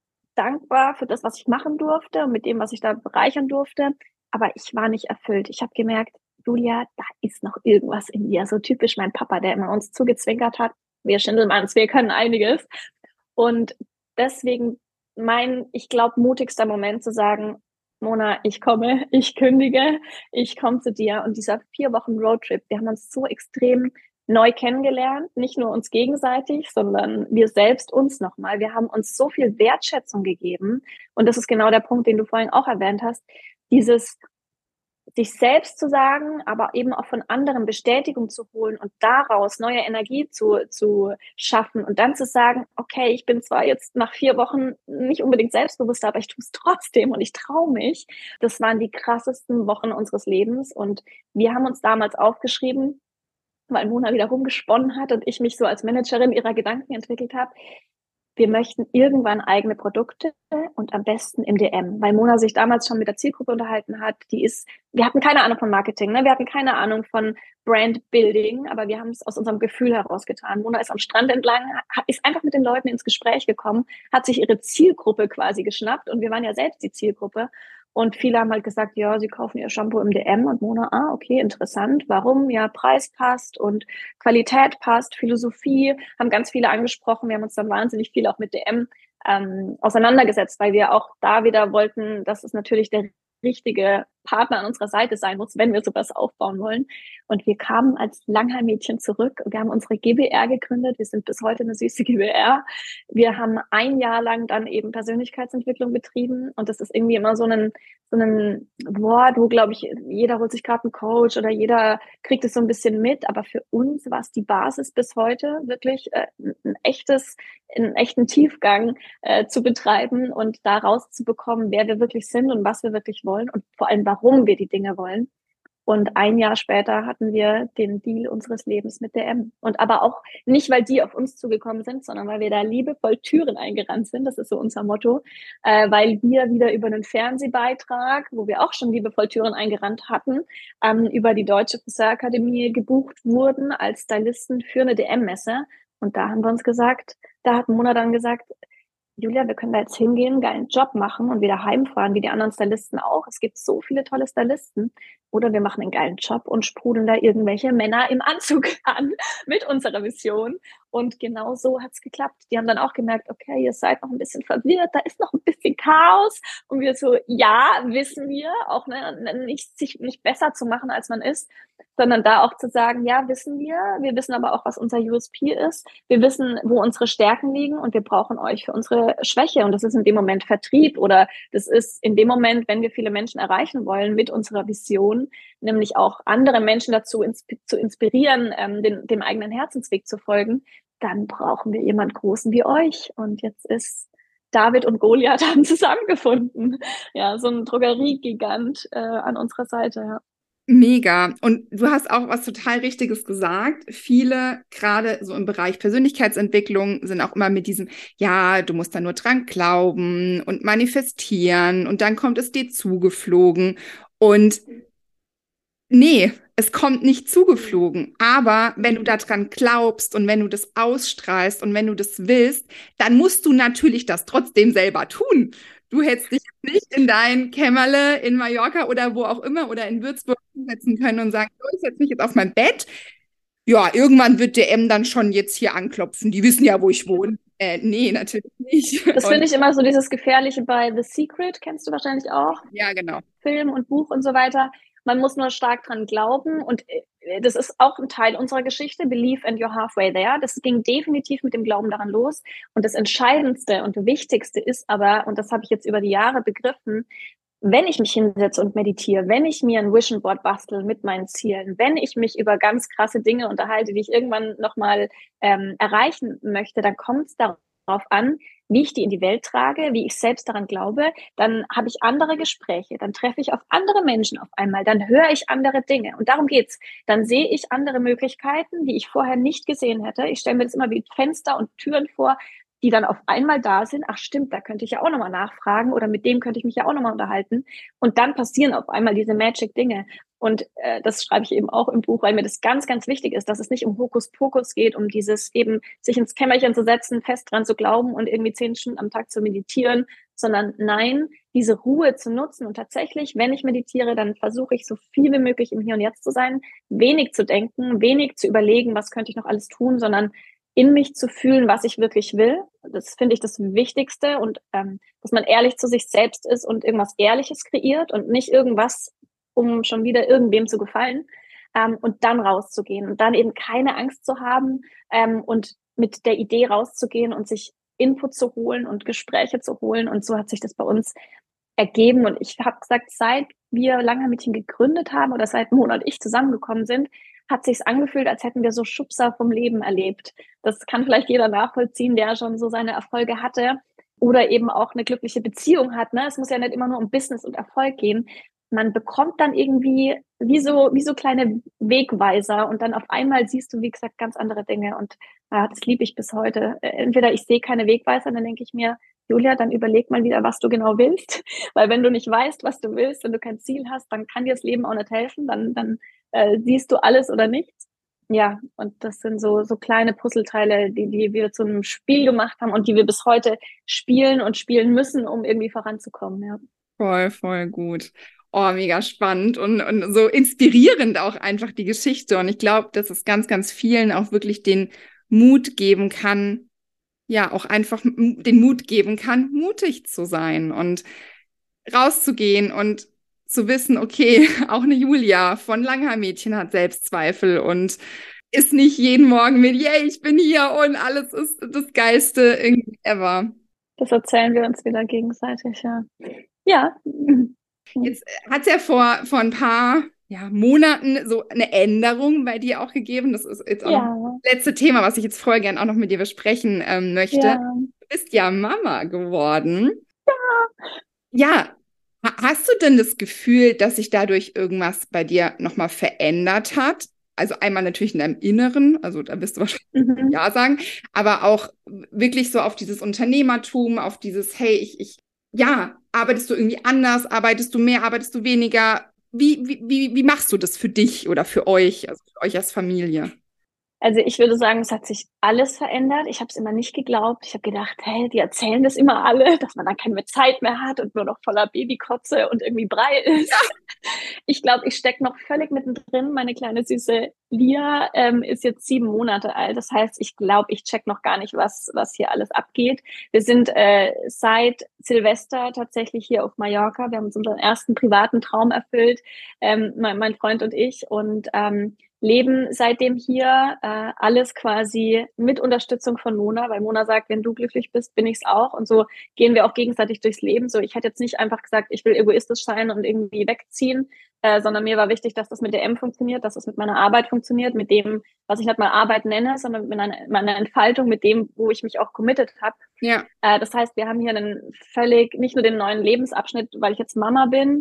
dankbar für das, was ich machen durfte und mit dem, was ich da bereichern durfte. Aber ich war nicht erfüllt. Ich habe gemerkt, Julia, da ist noch irgendwas in dir. So typisch mein Papa, der immer uns zugezwinkert hat. Wir Schindelmanns, wir können einiges. Und deswegen mein, ich glaube, mutigster Moment zu sagen, Mona, ich komme, ich kündige, ich komme zu dir. Und dieser vier Wochen Roadtrip, wir haben uns so extrem neu kennengelernt, nicht nur uns gegenseitig, sondern wir selbst uns nochmal. Wir haben uns so viel Wertschätzung gegeben. Und das ist genau der Punkt, den du vorhin auch erwähnt hast. Dieses sich selbst zu sagen, aber eben auch von anderen Bestätigung zu holen und daraus neue Energie zu, zu schaffen und dann zu sagen, okay, ich bin zwar jetzt nach vier Wochen nicht unbedingt selbstbewusster, aber ich tue es trotzdem und ich traue mich. Das waren die krassesten Wochen unseres Lebens und wir haben uns damals aufgeschrieben, weil Mona wieder rumgesponnen hat und ich mich so als Managerin ihrer Gedanken entwickelt habe. Wir möchten irgendwann eigene Produkte und am besten im D M, weil Mona sich damals schon mit der Zielgruppe unterhalten hat. Die ist, wir hatten keine Ahnung von Marketing, ne? Wir hatten keine Ahnung von Brandbuilding, aber wir haben es aus unserem Gefühl herausgetan. Mona ist am Strand entlang, ist einfach mit den Leuten ins Gespräch gekommen, hat sich ihre Zielgruppe quasi geschnappt und wir waren ja selbst die Zielgruppe. Und viele haben halt gesagt, ja, sie kaufen ihr Shampoo im D M und Mona, ah, okay, interessant. Warum? Ja, Preis passt und Qualität passt, Philosophie, haben ganz viele angesprochen. Wir haben uns dann wahnsinnig viel auch mit D M ähm, auseinandergesetzt, weil wir auch da wieder wollten, dass es natürlich der richtige Partner an unserer Seite sein muss, wenn wir sowas aufbauen wollen. Und wir kamen als Langhaar-Mädchen zurück und wir haben unsere G B R gegründet. Wir sind bis heute eine süße G B R. Wir haben ein Jahr lang dann eben Persönlichkeitsentwicklung betrieben und das ist irgendwie immer so ein, so ein Wort, wo, glaube ich, jeder holt sich gerade einen Coach oder jeder kriegt es so ein bisschen mit. Aber für uns war es die Basis bis heute, wirklich äh, ein echtes, einen echten Tiefgang äh, zu betreiben und da rauszubekommen, wer wir wirklich sind und was wir wirklich wollen und vor allem, warum wir die Dinge wollen. Und ein Jahr später hatten wir den Deal unseres Lebens mit D M. Und aber auch nicht, weil die auf uns zugekommen sind, sondern weil wir da liebevoll Türen eingerannt sind. Das ist so unser Motto. Äh, weil wir wieder über einen Fernsehbeitrag, wo wir auch schon liebevoll Türen eingerannt hatten, ähm, über die Deutsche Friseurakademie gebucht wurden als Stylisten für eine D M-Messe. Und da haben wir uns gesagt, da hat Mona dann gesagt, Julia, wir können da jetzt hingehen, einen geilen Job machen und wieder heimfahren, wie die anderen Stylisten auch. Es gibt so viele tolle Stylisten. Oder wir machen einen geilen Job und sprudeln da irgendwelche Männer im Anzug an mit unserer Vision. Und genau so hat's geklappt. Die haben dann auch gemerkt, okay, ihr seid noch ein bisschen verwirrt, da ist noch ein bisschen Chaos. Und wir so, ja, wissen wir, auch ne, nicht, sich nicht besser zu machen, als man ist, sondern da auch zu sagen, ja, wissen wir. Wir wissen aber auch, was unser U S P ist. Wir wissen, wo unsere Stärken liegen und wir brauchen euch für unsere Schwäche. Und das ist in dem Moment Vertrieb oder das ist in dem Moment, wenn wir viele Menschen erreichen wollen mit unserer Vision, nämlich auch andere Menschen dazu insp- zu inspirieren, ähm, den, dem eigenen Herzensweg zu folgen, dann brauchen wir jemand Großen wie euch. Und jetzt ist David und Goliath haben zusammengefunden. Ja, so ein Drogeriegigant äh, an unserer Seite, ja. Mega. Und du hast auch was total Richtiges gesagt. Viele, gerade so im Bereich Persönlichkeitsentwicklung, sind auch immer mit diesem, ja, du musst da nur dran glauben und manifestieren und dann kommt es dir zugeflogen. Und nee, es kommt nicht zugeflogen. Aber wenn du daran glaubst und wenn du das ausstrahlst und wenn du das willst, dann musst du natürlich das trotzdem selber tun. Du hättest dich nicht in dein Kämmerle in Mallorca oder wo auch immer oder in Würzburg setzen können und sagen, so, ich setze mich jetzt auf mein Bett. Ja, irgendwann wird der M dann schon jetzt hier anklopfen. Die wissen ja, wo ich wohne. Äh, nee, natürlich nicht. Das Und finde ich immer so dieses Gefährliche bei The Secret, kennst du wahrscheinlich auch, ja, genau. Film und Buch und so weiter. Man muss nur stark dran glauben und äh, das ist auch ein Teil unserer Geschichte, Believe and you're halfway there. Das ging definitiv mit dem Glauben daran los und das Entscheidendste und Wichtigste ist aber, und das habe ich jetzt über die Jahre begriffen, wenn ich mich hinsetze und meditiere, wenn ich mir ein Vision Board bastel mit meinen Zielen, wenn ich mich über ganz krasse Dinge unterhalte, die ich irgendwann nochmal ähm, erreichen möchte, dann kommt es darauf an, wie ich die in die Welt trage, wie ich selbst daran glaube, dann habe ich andere Gespräche, dann treffe ich auf andere Menschen auf einmal, dann höre ich andere Dinge und darum geht's. Dann sehe ich andere Möglichkeiten, die ich vorher nicht gesehen hätte. Ich stelle mir das immer wie Fenster und Türen vor, die dann auf einmal da sind. Ach stimmt, da könnte ich ja auch nochmal nachfragen oder mit dem könnte ich mich ja auch nochmal unterhalten. Und dann passieren auf einmal diese Magic-Dinge. Und äh, das schreibe ich eben auch im Buch, weil mir das ganz, ganz wichtig ist, dass es nicht um Hokuspokus geht, um dieses eben sich ins Kämmerchen zu setzen, fest dran zu glauben und irgendwie zehn Stunden am Tag zu meditieren, sondern nein, diese Ruhe zu nutzen. Und tatsächlich, wenn ich meditiere, dann versuche ich so viel wie möglich im Hier und Jetzt zu sein, wenig zu denken, wenig zu überlegen, was könnte ich noch alles tun, sondern in mich zu fühlen, was ich wirklich will. Das finde ich das Wichtigste und ähm, dass man ehrlich zu sich selbst ist und irgendwas Ehrliches kreiert und nicht irgendwas, um schon wieder irgendwem zu gefallen ähm, und dann rauszugehen und dann eben keine Angst zu haben ähm, und mit der Idee rauszugehen und sich Input zu holen und Gespräche zu holen und so hat sich das bei uns ergeben und ich habe gesagt, seit wir Langhaar-Mädchen gegründet haben oder seit Mona und ich zusammengekommen sind, hat sich's angefühlt, als hätten wir so Schubser vom Leben erlebt. Das kann vielleicht jeder nachvollziehen, der schon so seine Erfolge hatte oder eben auch eine glückliche Beziehung hat. Ne? Es muss ja nicht immer nur um Business und Erfolg gehen. Man bekommt dann irgendwie wie so, wie so kleine Wegweiser und dann auf einmal siehst du, wie gesagt, ganz andere Dinge und ja, das liebe ich bis heute. Entweder ich sehe keine Wegweiser, dann denke ich mir, Julia, dann überleg mal wieder, was du genau willst, weil wenn du nicht weißt, was du willst, wenn du kein Ziel hast, dann kann dir das Leben auch nicht helfen, dann, dann äh, siehst du alles oder nichts. Ja, und das sind so, so kleine Puzzleteile, die, die wir zu einem Spiel gemacht haben und die wir bis heute spielen und spielen müssen, um irgendwie voranzukommen, ja. Voll, voll gut. Oh, mega spannend und, und so inspirierend auch einfach die Geschichte. Und ich glaube, dass es ganz, ganz vielen auch wirklich den Mut geben kann, ja, auch einfach den Mut geben kann, mutig zu sein und rauszugehen und zu wissen, okay, auch eine Julia von Langhaar-Mädchen hat Selbstzweifel und ist nicht jeden Morgen mit, yay, ich bin hier und alles ist das Geilste irgendwie ever. Das erzählen wir uns wieder gegenseitig, ja. Ja. Jetzt hat es ja vor, vor ein paar ja, Monaten so eine Änderung bei dir auch gegeben. Das ist jetzt auch ja. noch das letzte Thema, was ich jetzt voll gern auch noch mit dir besprechen ähm, möchte. Ja. Du bist ja Mama geworden. Ja. Ja, hast du denn das Gefühl, dass sich dadurch irgendwas bei dir nochmal verändert hat? Also einmal natürlich in deinem Inneren, also da wirst du wahrscheinlich Mhm. ja sagen, aber auch wirklich so auf dieses Unternehmertum, auf dieses, hey, ich, ich, ja, arbeitest du irgendwie anders, arbeitest du mehr, arbeitest du weniger? Wie, wie, wie, wie machst du das für dich oder für euch, also für euch als Familie? Also ich würde sagen, es hat sich alles verändert. Ich habe es immer nicht geglaubt. Ich habe gedacht, hey, die erzählen das immer alle, dass man dann keine Zeit mehr hat und nur noch voller Babykotze und irgendwie Brei ist. Ja. Ich glaube, ich stecke noch völlig mittendrin. Meine kleine süße Lia ähm, ist jetzt sieben Monate alt. Das heißt, ich glaube, ich check noch gar nicht, was was hier alles abgeht. Wir sind äh, seit Silvester tatsächlich hier auf Mallorca. Wir haben uns unseren ersten privaten Traum erfüllt, ähm, mein, mein Freund und ich. Und ähm, leben seitdem hier, äh, alles quasi mit Unterstützung von Mona, weil Mona sagt, wenn du glücklich bist, bin ich's auch. Und so gehen wir auch gegenseitig durchs Leben. So, ich hätte jetzt nicht einfach gesagt, ich will egoistisch sein und irgendwie wegziehen, äh, sondern mir war wichtig, dass das mit der M funktioniert, dass das mit meiner Arbeit funktioniert, mit dem, was ich nicht mal Arbeit nenne, sondern mit meiner, meiner Entfaltung, mit dem, wo ich mich auch committed habe. Ja. Äh, das heißt, wir haben hier einen völlig, nicht nur den neuen Lebensabschnitt, weil ich jetzt Mama bin,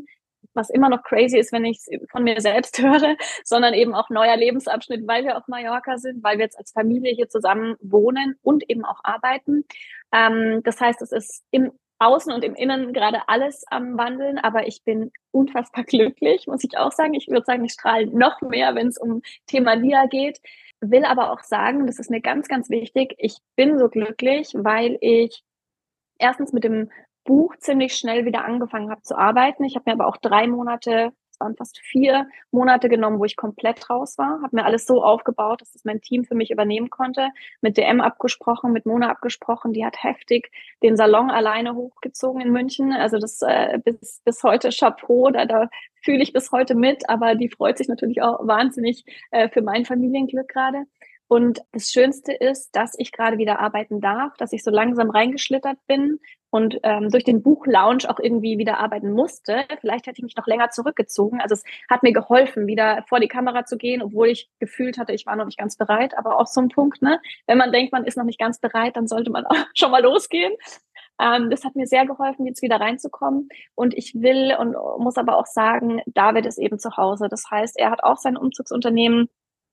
was immer noch crazy ist, wenn ich es von mir selbst höre, sondern eben auch neuer Lebensabschnitt, weil wir auf Mallorca sind, weil wir jetzt als Familie hier zusammen wohnen und eben auch arbeiten. Ähm, das heißt, es ist im Außen und im Innen gerade alles am Wandeln, aber ich bin unfassbar glücklich, muss ich auch sagen. Ich würde sagen, ich strahle noch mehr, wenn es um Thema Lia geht. Will aber auch sagen, das ist mir ganz, ganz wichtig, ich bin so glücklich, weil ich erstens mit dem Buch ziemlich schnell wieder angefangen habe zu arbeiten. Ich habe mir aber auch drei Monate, es waren fast vier Monate genommen, wo ich komplett raus war, habe mir alles so aufgebaut, dass das mein Team für mich übernehmen konnte, mit D M abgesprochen, mit Mona abgesprochen, die hat heftig den Salon alleine hochgezogen in München, also das äh, bis, bis heute Chapeau, da, da fühle ich bis heute mit, aber die freut sich natürlich auch wahnsinnig äh, für mein Familienglück gerade. Und das Schönste ist, dass ich gerade wieder arbeiten darf, dass ich so langsam reingeschlittert bin und ähm, durch den Buchlaunch auch irgendwie wieder arbeiten musste. Vielleicht hätte ich mich noch länger zurückgezogen. Also es hat mir geholfen, wieder vor die Kamera zu gehen, obwohl ich gefühlt hatte, ich war noch nicht ganz bereit. Aber auch so ein Punkt, ne? Wenn man denkt, man ist noch nicht ganz bereit, dann sollte man auch schon mal losgehen. Ähm, das hat mir sehr geholfen, jetzt wieder reinzukommen. Und ich will und muss aber auch sagen, David ist eben zu Hause. Das heißt, er hat auch sein Umzugsunternehmen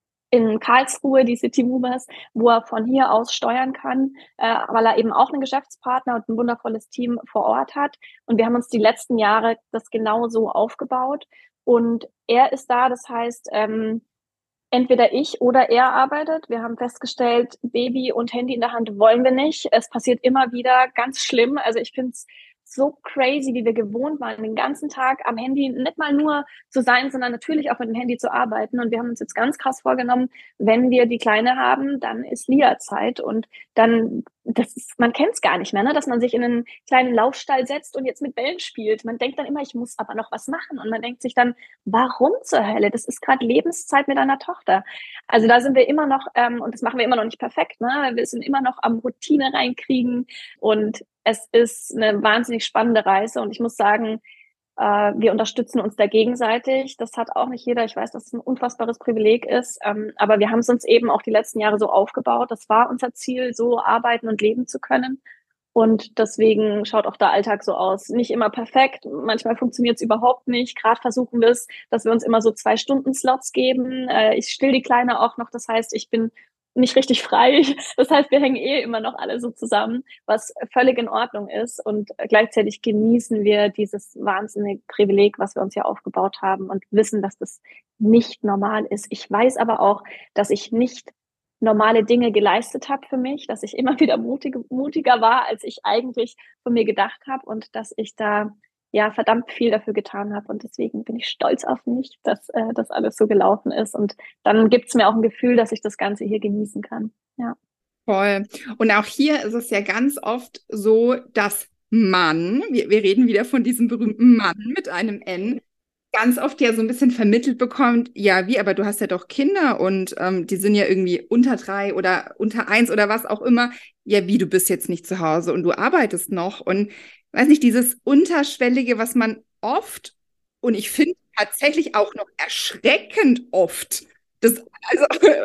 in Karlsruhe, die City Movers, wo er von hier aus steuern kann, äh, weil er eben auch einen Geschäftspartner und ein wundervolles Team vor Ort hat. Und wir haben uns die letzten Jahre das genau so aufgebaut. Und er ist da, das heißt, ähm, entweder ich oder er arbeitet. Wir haben festgestellt, Baby und Handy in der Hand wollen wir nicht. Es passiert immer wieder ganz schlimm. Also ich finde es so crazy, wie wir gewohnt waren, den ganzen Tag am Handy nicht mal nur zu sein, sondern natürlich auch mit dem Handy zu arbeiten. Und wir haben uns jetzt ganz krass vorgenommen, wenn wir die Kleine haben, dann ist Lia-Zeit. Und dann, das ist, man kennt es gar nicht mehr, ne? Dass man sich in einen kleinen Laufstall setzt und jetzt mit Bällen spielt. Man denkt dann immer, ich muss aber noch was machen. Und man denkt sich dann, warum zur Hölle? Das ist gerade Lebenszeit mit einer Tochter. Also da sind wir immer noch, ähm, und das machen wir immer noch nicht perfekt, ne? Wir sind immer noch am Routine reinkriegen und es ist eine wahnsinnig spannende Reise und ich muss sagen, äh, wir unterstützen uns da gegenseitig. Das hat auch nicht jeder. Ich weiß, dass es ein unfassbares Privileg ist, ähm, aber wir haben es uns eben auch die letzten Jahre so aufgebaut. Das war unser Ziel, so arbeiten und leben zu können. Und deswegen schaut auch der Alltag so aus. Nicht immer perfekt, manchmal funktioniert es überhaupt nicht. Gerade versuchen wir es, dass wir uns immer so zwei Stunden Slots geben. Äh, ich still die Kleine auch noch, das heißt, ich bin nicht richtig frei. Das heißt, wir hängen eh immer noch alle so zusammen, was völlig in Ordnung ist. Und gleichzeitig genießen wir dieses wahnsinnige Privileg, was wir uns hier aufgebaut haben und wissen, dass das nicht normal ist. Ich weiß aber auch, dass ich nicht normale Dinge geleistet habe für mich, dass ich immer wieder mutig, mutiger war, als ich eigentlich von mir gedacht habe und dass ich da ja verdammt viel dafür getan habe und deswegen bin ich stolz auf mich, dass äh, das alles so gelaufen ist und dann gibt es mir auch ein Gefühl, dass ich das Ganze hier genießen kann. Ja. Voll. Und auch hier ist es ja ganz oft so, dass Mann, wir, wir reden wieder von diesem berühmten Mann mit einem N, ganz oft ja so ein bisschen vermittelt bekommt, ja, wie, aber du hast ja doch Kinder und ähm, die sind ja irgendwie unter drei oder unter eins oder was auch immer. Ja, wie, du bist jetzt nicht zu Hause und du arbeitest noch und weiß nicht, dieses Unterschwellige, was man oft und ich finde tatsächlich auch noch erschreckend oft, das, also,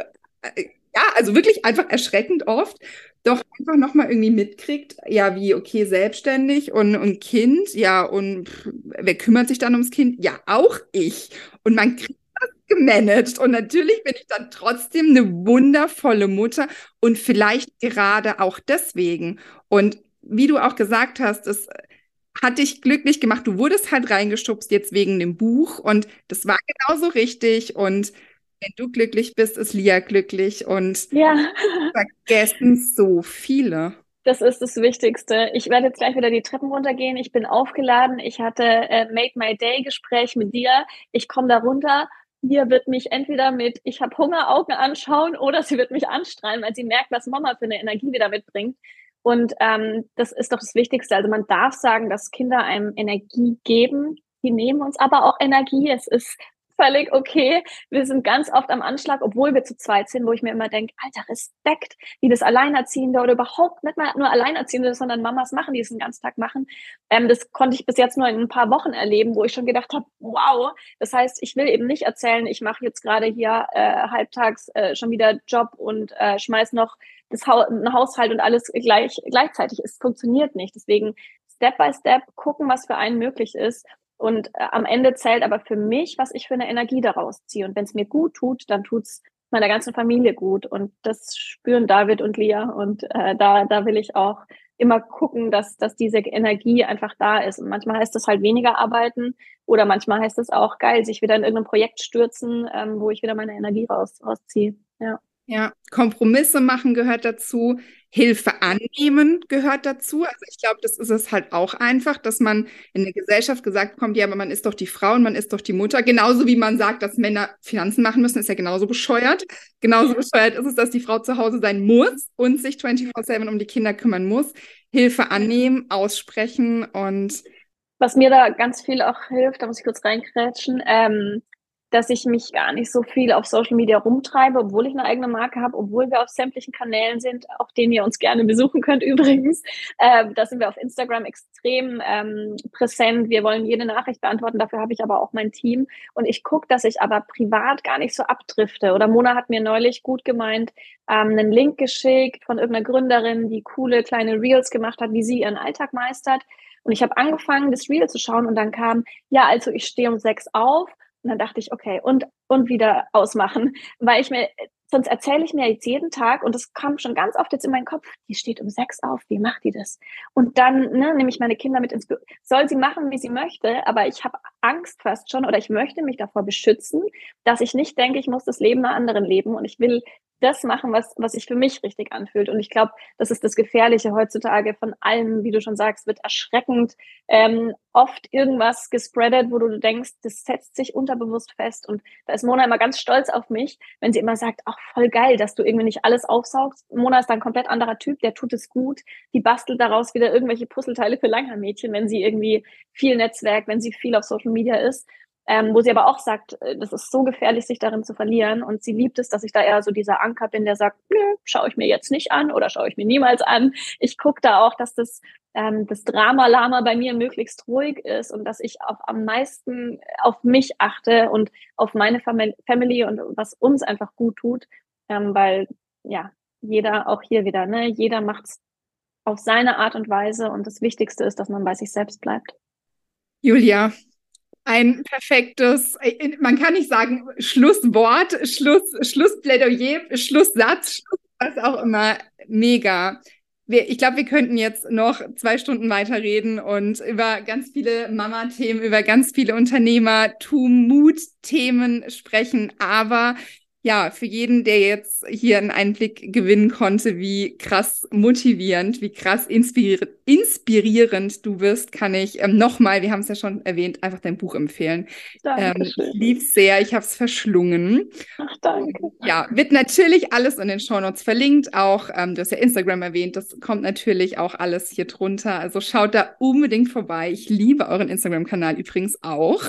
äh, ja, also wirklich einfach erschreckend oft, doch einfach nochmal irgendwie mitkriegt, ja, wie, okay, selbstständig und, und Kind, ja, und pff, wer kümmert sich dann ums Kind? Ja, auch ich. Und man kriegt das gemanagt. Und natürlich bin ich dann trotzdem eine wundervolle Mutter und vielleicht gerade auch deswegen. Und wie du auch gesagt hast, es hat dich glücklich gemacht. Du wurdest halt reingestupst jetzt wegen dem Buch und das war genauso richtig. Und wenn du glücklich bist, ist Lia glücklich und Ja. vergessen so viele. Das ist das Wichtigste. Ich werde jetzt gleich wieder die Treppen runtergehen. Ich bin aufgeladen. Ich hatte äh, Made My Day Gespräch mit dir. Ich komme da runter. Mir wird mich entweder mit ich habe Hunger Augen anschauen oder sie wird mich anstrahlen, weil sie merkt, was Mama für eine Energie wieder mitbringt. Und ähm, das ist doch das Wichtigste. Also man darf sagen, dass Kinder einem Energie geben. Die nehmen uns aber auch Energie. Es ist völlig okay. Wir sind ganz oft am Anschlag, obwohl wir zu zweit sind, wo ich mir immer denke, alter, Respekt, wie das Alleinerziehende oder überhaupt nicht mal nur Alleinerziehende, sondern Mamas machen, die es den ganzen Tag machen. Ähm, das konnte ich bis jetzt nur in ein paar Wochen erleben, wo ich schon gedacht habe, wow. Das heißt, ich will eben nicht erzählen, ich mache jetzt gerade hier äh, halbtags äh, schon wieder Job und äh, schmeiß noch das ha- einen Haushalt und alles gleich gleichzeitig. Es funktioniert nicht. Deswegen Step by Step gucken, was für einen möglich ist. Und äh, am Ende zählt aber für mich, was ich für eine Energie daraus ziehe. Und wenn es mir gut tut, dann tut's meiner ganzen Familie gut. Und das spüren David und Lia. Und äh, da, da will ich auch immer gucken, dass, dass diese Energie einfach da ist. Und manchmal heißt das halt weniger arbeiten oder manchmal heißt es auch geil, sich wieder in irgendein Projekt stürzen, ähm, wo ich wieder meine Energie raus, rausziehe. Ja. Ja, Kompromisse machen gehört dazu, Hilfe annehmen gehört dazu. Also ich glaube, das ist es halt auch einfach, dass man in der Gesellschaft gesagt bekommt, ja, aber man ist doch die Frau und man ist doch die Mutter. Genauso wie man sagt, dass Männer Finanzen machen müssen, ist ja genauso bescheuert. Genauso bescheuert ist es, dass die Frau zu Hause sein muss und sich vierundzwanzig sieben um die Kinder kümmern muss. Hilfe annehmen, aussprechen und Was mir da ganz viel auch hilft, da muss ich kurz reinkrätschen, ähm, dass ich mich gar nicht so viel auf Social Media rumtreibe, obwohl ich eine eigene Marke habe, obwohl wir auf sämtlichen Kanälen sind, auf denen ihr uns gerne besuchen könnt übrigens. Ähm, da sind wir auf Instagram extrem ähm, präsent. Wir wollen jede Nachricht beantworten, dafür habe ich aber auch mein Team. Und ich gucke, dass ich aber privat gar nicht so abdrifte. Oder Mona hat mir neulich gut gemeint, ähm, einen Link geschickt von irgendeiner Gründerin, die coole kleine Reels gemacht hat, wie sie ihren Alltag meistert. Und ich habe angefangen, das Reel zu schauen und dann kam, ja, also ich stehe um sechs auf. Und dann dachte ich, okay, und, und wieder ausmachen, weil ich mir, sonst erzähle ich mir jetzt jeden Tag, und das kam schon ganz oft jetzt in meinen Kopf, die steht um sechs auf, wie macht die das? Und dann ne, nehme ich meine Kinder mit ins Büro. Soll sie machen, wie sie möchte, aber ich habe Angst fast schon, oder ich möchte mich davor beschützen, dass ich nicht denke, ich muss das Leben einer anderen leben und ich will das machen, was, was sich für mich richtig anfühlt. Und ich glaube, das ist das Gefährliche heutzutage von allem, wie du schon sagst, wird erschreckend ähm, oft irgendwas gespreadet, wo du denkst, das setzt sich unterbewusst fest. Und da ist Mona immer ganz stolz auf mich, wenn sie immer sagt, ach, voll geil, dass du irgendwie nicht alles aufsaugst. Mona ist da ein komplett anderer Typ, der tut es gut. Die bastelt daraus wieder irgendwelche Puzzleteile für Langhaarmädchen, wenn sie irgendwie viel Netzwerk, wenn sie viel auf Social Media ist. Ähm, wo sie aber auch sagt, das ist so gefährlich, sich darin zu verlieren. Und sie liebt es, dass ich da eher so dieser Anker bin, der sagt, nö, schaue ich mir jetzt nicht an oder schaue ich mir niemals an. Ich gucke da auch, dass das, ähm, das Drama-Lama bei mir möglichst ruhig ist und dass ich auch am meisten auf mich achte und auf meine Fam- Family und was uns einfach gut tut. Ähm, weil, ja, jeder, auch hier wieder, ne, jeder macht's auf seine Art und Weise. Und das Wichtigste ist, dass man bei sich selbst bleibt. Julia, ein perfektes, man kann nicht sagen Schlusswort, Schluss, Schlussplädoyer, Schlusssatz, Schluss, was auch immer, mega. Wir, ich glaube, wir könnten jetzt noch zwei Stunden weiterreden und über ganz viele Mama-Themen, über ganz viele Unternehmertum, Mut-Themen sprechen, aber ja, für jeden, der jetzt hier einen Einblick gewinnen konnte, wie krass motivierend, wie krass inspirier inspirierend du bist, kann ich ähm, nochmal, wir haben es ja schon erwähnt, einfach dein Buch empfehlen. Ähm, ich liebe es sehr, ich habe es verschlungen. Ach, danke. Und, ja, wird natürlich alles in den Shownotes verlinkt, auch, ähm, du hast ja Instagram erwähnt, das kommt natürlich auch alles hier drunter, also schaut da unbedingt vorbei. Ich liebe euren Instagram-Kanal übrigens auch.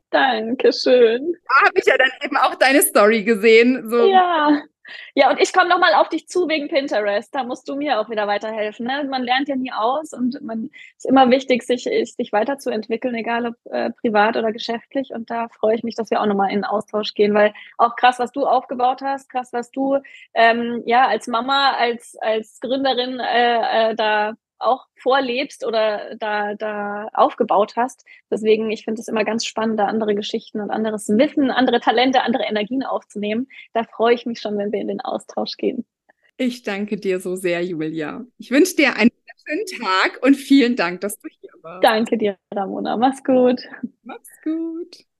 Dankeschön. Da habe ich ja dann eben auch deine Story gesehen. So. Ja. Ja, und ich komme nochmal auf dich zu wegen Pinterest. Da musst du mir auch wieder weiterhelfen. Ne? Man lernt ja nie aus und man ist immer wichtig, sich, sich weiterzuentwickeln, egal ob äh, privat oder geschäftlich. Und da freue ich mich, dass wir auch nochmal in den Austausch gehen, weil auch krass, was du aufgebaut hast, krass, was du ähm, ja als Mama, als, als Gründerin äh, äh, da auch vorlebst oder da, da aufgebaut hast. Deswegen, ich finde es immer ganz spannend, da andere Geschichten und anderes Wissen, andere Talente, andere Energien aufzunehmen. Da freue ich mich schon, wenn wir in den Austausch gehen. Ich danke dir so sehr, Julia. Ich wünsche dir einen schönen Tag und vielen Dank, dass du hier warst. Danke dir, Ramona. Mach's gut. Mach's gut.